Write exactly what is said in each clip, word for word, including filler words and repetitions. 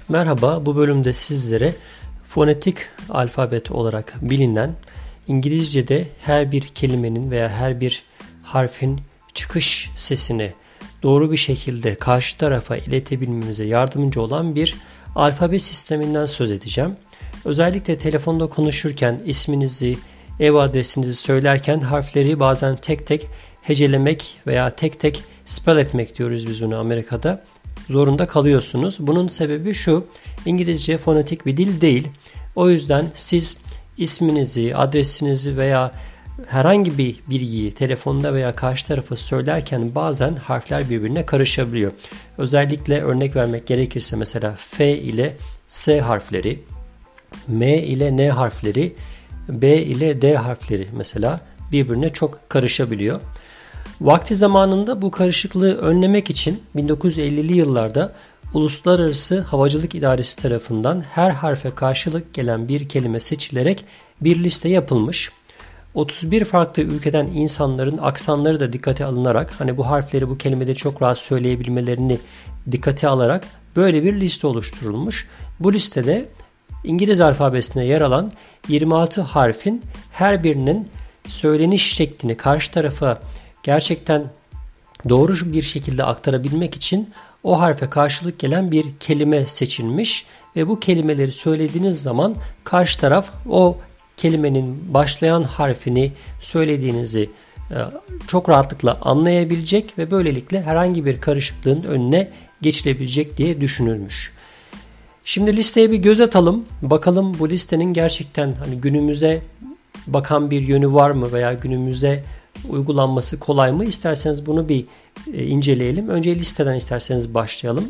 Merhaba, bu bölümde sizlere fonetik alfabet olarak bilinen İngilizce'de her bir kelimenin veya her bir harfin çıkış sesini doğru bir şekilde karşı tarafa iletebilmemize yardımcı olan bir alfabe sisteminden söz edeceğim. Özellikle telefonda konuşurken isminizi, ev adresinizi söylerken harfleri bazen tek tek hecelemek veya tek tek spell etmek diyoruz biz onu Amerika'da. Zorunda kalıyorsunuz. Bunun sebebi şu: İngilizce fonetik bir dil değil. O yüzden siz isminizi, adresinizi veya herhangi bir bilgiyi telefonda veya karşı tarafa söylerken bazen harfler birbirine karışabiliyor. Özellikle örnek vermek gerekirse mesela F ile S harfleri, M ile N harfleri, B ile D harfleri mesela birbirine çok karışabiliyor. Vakti zamanında bu karışıklığı önlemek için bin dokuz yüz ellili yıllarda Uluslararası Havacılık İdaresi tarafından her harfe karşılık gelen bir kelime seçilerek bir liste yapılmış. otuz bir farklı ülkeden insanların aksanları da dikkate alınarak, hani bu harfleri, bu kelimeleri çok rahat söyleyebilmelerini dikkate alarak böyle bir liste oluşturulmuş. Bu listede İngiliz alfabesine yer alan yirmi altı harfin her birinin söyleniş şeklini karşı tarafa gerçekten doğru bir şekilde aktarabilmek için o harfe karşılık gelen bir kelime seçilmiş ve bu kelimeleri söylediğiniz zaman karşı taraf o kelimenin başlayan harfini söylediğinizi çok rahatlıkla anlayabilecek ve böylelikle herhangi bir karışıklığın önüne geçilebilecek diye düşünülmüş. Şimdi listeye bir göz atalım. Bakalım bu listenin gerçekten hani günümüze bakan bir yönü var mı veya günümüze uygulanması kolay mı? İsterseniz bunu bir e, inceleyelim. Önce listeden isterseniz başlayalım.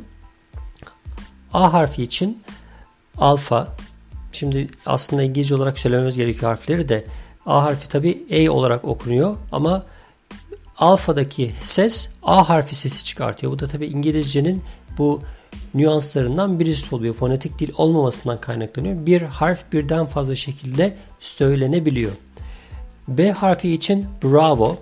A harfi için alfa. Şimdi aslında İngilizce olarak söylememiz gerekiyor harfleri de. A harfi tabi A olarak okunuyor ama alfadaki ses A harfi sesi çıkartıyor. Bu da tabi İngilizcenin bu nüanslarından birisi oluyor. Fonetik dil olmamasından kaynaklanıyor. Bir harf birden fazla şekilde söylenebiliyor. B harfi için Bravo,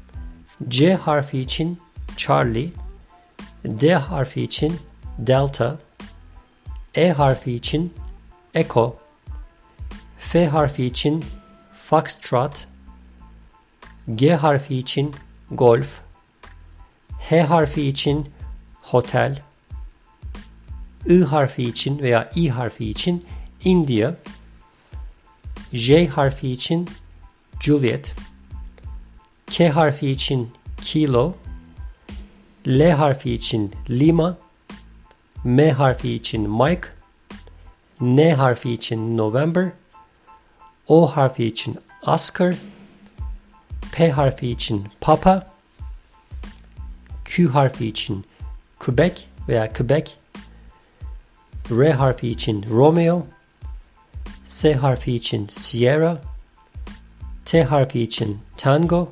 C harfi için Charlie, D harfi için Delta, E harfi için Echo, F harfi için Foxtrot, G harfi için Golf, H harfi için Hotel, I harfi için veya İ harfi için India, J harfi için Juliet, K harfi için Kilo, L harfi için Lima, M harfi için Mike, N harfi için November, O harfi için Oscar, P harfi için Papa, Q harfi için Quebec veya Quebec, R harfi için Romeo, S harfi için Sierra, T harfi için Tango,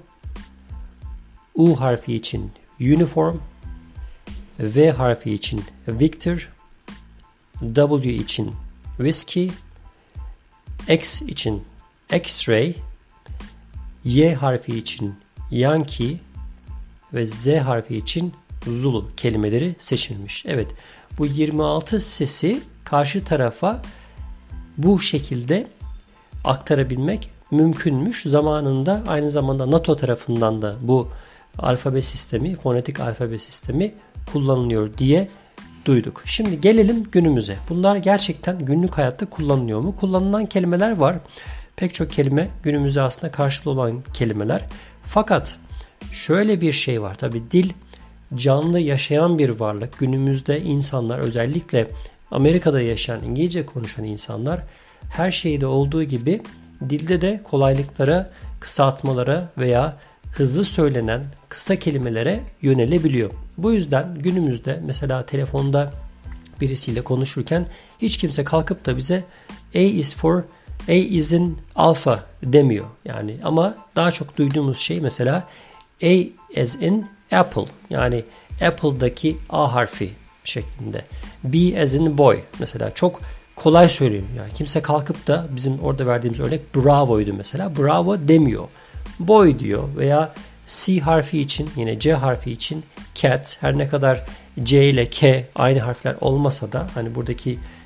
U harfi için Uniform, V harfi için Victor, W için Whiskey, X için X-Ray, Y harfi için Yankee ve Z harfi için Zulu kelimeleri seçilmiş. Evet, bu yirmi altı sesi karşı tarafa bu şekilde aktarabilmek mümkünmüş. Zamanında aynı zamanda NATO tarafından da bu alfabe sistemi, fonetik alfabe sistemi kullanılıyor diye duyduk. Şimdi gelelim günümüze. Bunlar gerçekten günlük hayatta kullanılıyor mu? Kullanılan kelimeler var. Pek çok kelime günümüzde aslında karşılığı olan kelimeler. Fakat şöyle bir şey var. Tabii dil canlı yaşayan bir varlık. Günümüzde insanlar, özellikle Amerika'da yaşayan, İngilizce konuşan insanlar her şeyde olduğu gibi dilde de kolaylıklara, kısaltmalara veya hızlı söylenen kısa kelimelere yönelebiliyor. Bu yüzden günümüzde mesela telefonda birisiyle konuşurken hiç kimse kalkıp da bize A is for, A is in alpha demiyor. Yani ama daha çok duyduğumuz şey mesela A as in apple, yani Apple'daki A harfi şeklinde. B as in boy mesela çok kolay söylüyor. Yani kimse kalkıp da bizim orada verdiğimiz örnek bravo'ydu mesela. Bravo demiyor. Boy diyor veya C harfi için, yine C harfi için cat, her ne kadar C ile K aynı harfler olmasa da hani buradaki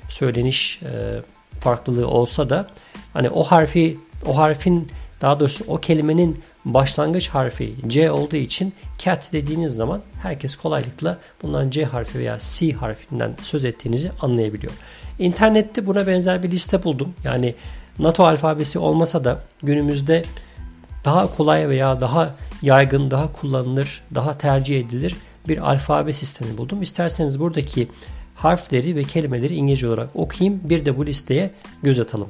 söyleniş e, farklılığı olsa da hani o harfi o harfin daha doğrusu o kelimenin başlangıç harfi C olduğu için cat dediğiniz zaman herkes kolaylıkla bundan C harfi veya C harfinden söz ettiğinizi anlayabiliyor. İnternette buna benzer bir liste buldum. Yani NATO alfabesi olmasa da günümüzde daha kolay veya daha yaygın, daha kullanılır, daha tercih edilir bir alfabe sistemi buldum. İsterseniz buradaki harfleri ve kelimeleri İngilizce olarak okuyayım. Bir de bu listeye göz atalım.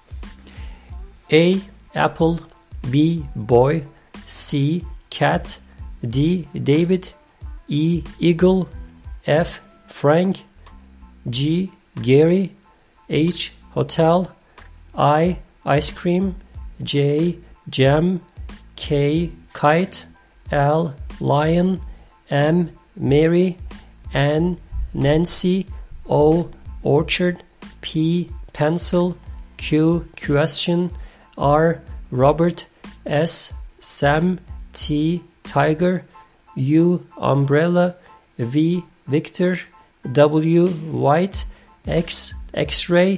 A. Apple. B. Boy. C. Cat. D. David. E. Eagle. F. Frank. G. Gary. H. Hotel. I. Ice cream. J. Jam. K. Kite. L. Lion. M. Mary. N. Nancy. O. Orchard. P. Pencil. Q. Question. R. Robert. S. Sam. T. Tiger. U. Umbrella. V. Victor. W. White. X. X-ray.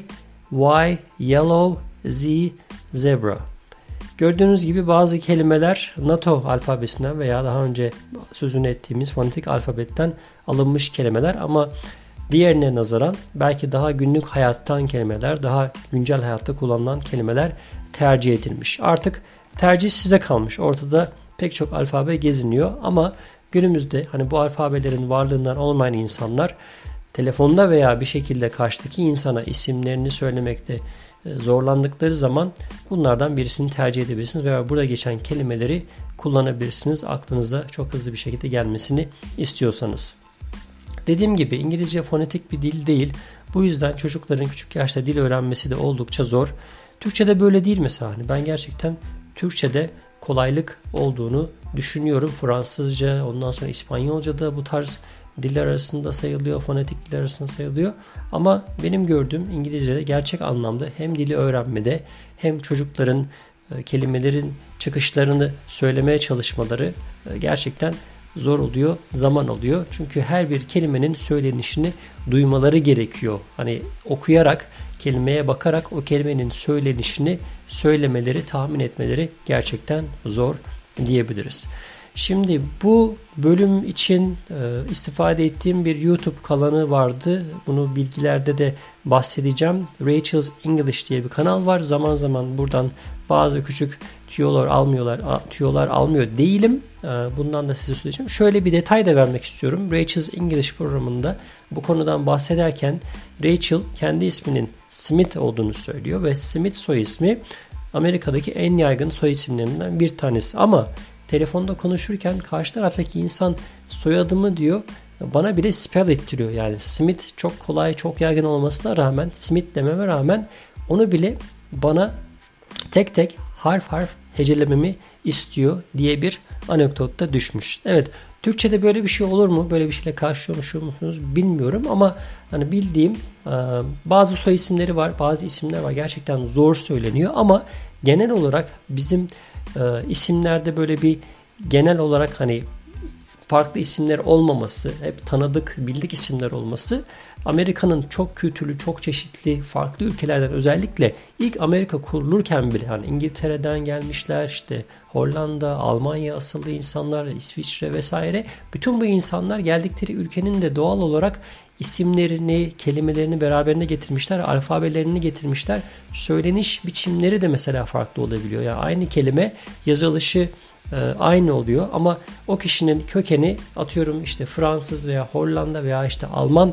Y. Yellow. Z. Zebra. Gördüğünüz gibi bazı kelimeler NATO alfabesinden veya daha önce sözünü ettiğimiz fonetik alfabetten alınmış kelimeler ama diğerine nazaran belki daha günlük hayattan kelimeler, daha güncel hayatta kullanılan kelimeler tercih edilmiş. Artık tercih size kalmış. Ortada pek çok alfabe geziniyor ama günümüzde hani bu alfabelerin varlığından olmayan insanlar telefonda veya bir şekilde karşıdaki insana isimlerini söylemekte zorlandıkları zaman bunlardan birisini tercih edebilirsiniz veya burada geçen kelimeleri kullanabilirsiniz. Aklınıza çok hızlı bir şekilde gelmesini istiyorsanız. Dediğim gibi İngilizce fonetik bir dil değil. Bu yüzden çocukların küçük yaşta dil öğrenmesi de oldukça zor. Türkçe'de böyle değil mesela. Hani ben gerçekten Türkçe'de kolaylık olduğunu düşünüyorum. Fransızca, ondan sonra İspanyolca da bu tarz diller arasında sayılıyor, fonetik diller arasında sayılıyor. Ama benim gördüğüm İngilizce'de gerçek anlamda hem dili öğrenmede hem çocukların kelimelerin çıkışlarını söylemeye çalışmaları gerçekten zor oluyor, zaman alıyor. Çünkü her bir kelimenin söylenişini duymaları gerekiyor. Hani okuyarak, kelimeye bakarak o kelimenin söylenişini söylemeleri, tahmin etmeleri gerçekten zor diyebiliriz. Şimdi bu bölüm için e, istifade ettiğim bir YouTube kanalı vardı. Bunu bilgilerde de bahsedeceğim. Rachel's English diye bir kanal var. Zaman zaman buradan bazı küçük tüyolar almıyorlar, tüyolar almıyor değilim. E, bundan da size söyleyeceğim. Şöyle bir detay da vermek istiyorum. Rachel's English programında bu konudan bahsederken Rachel kendi isminin Smith olduğunu söylüyor ve Smith soy ismi Amerika'daki en yaygın soy isimlerinden bir tanesi. Ama telefonda konuşurken karşı taraftaki insan soyadımı diyor, bana bile spell ettiriyor. Yani Smith çok kolay, çok yaygın olmasına rağmen, Smith dememe rağmen onu bile bana tek tek harf harf hecelememi istiyor diye bir anekdotta düşmüş. Evet, Türkçe'de böyle bir şey olur mu? Böyle bir şeyle karşılaşıyor musunuz bilmiyorum ama hani bildiğim bazı soy isimleri var, bazı isimler var. Gerçekten zor söyleniyor ama genel olarak bizim isimlerde böyle bir genel olarak hani farklı isimler olmaması, hep tanıdık, bildik isimler olması Amerika'nın çok kültürlü, çok çeşitli farklı ülkelerden özellikle ilk Amerika kurulurken bile hani İngiltere'den gelmişler, işte Hollanda, Almanya asıllı insanlar, İsviçre vesaire, bütün bu insanlar geldikleri ülkenin de doğal olarak isimlerini, kelimelerini beraberine getirmişler, alfabelerini getirmişler. Söyleniş biçimleri de mesela farklı olabiliyor. Yani aynı kelime yazılışı e, aynı oluyor ama o kişinin kökeni atıyorum işte Fransız veya Hollanda veya işte Alman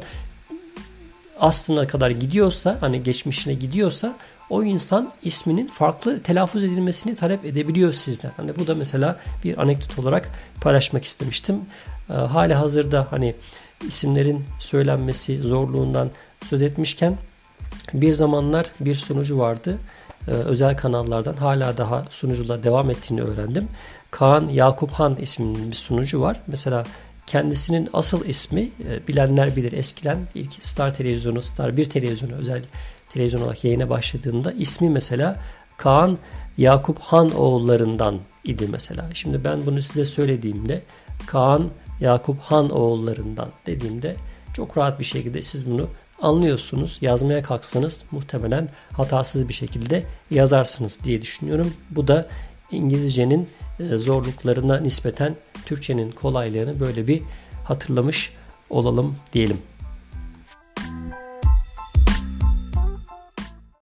aslına kadar gidiyorsa, hani geçmişine gidiyorsa o insan isminin farklı telaffuz edilmesini talep edebiliyor sizden. Hani bu da mesela bir anekdot olarak paylaşmak istemiştim. E, hali hazırda hani isimlerin söylenmesi zorluğundan söz etmişken bir zamanlar bir sunucu vardı. Ee, özel kanallardan hala daha sunuculuğa devam ettiğini öğrendim. Kaan Yakup Han isminin bir sunucu var. Mesela kendisinin asıl ismi e, bilenler bilir. Eskiden ilk Star Televizyonu, Star bir Televizyonu özel televizyon olarak yayına başladığında ismi mesela Kaan Yakup Han oğullarından idi mesela. Şimdi ben bunu size söylediğimde Kaan Yakup Han oğullarından dediğimde çok rahat bir şekilde siz bunu anlıyorsunuz. Yazmaya kalksanız muhtemelen hatasız bir şekilde yazarsınız diye düşünüyorum. Bu da İngilizcenin zorluklarına nispeten Türkçenin kolaylığını böyle bir hatırlamış olalım diyelim.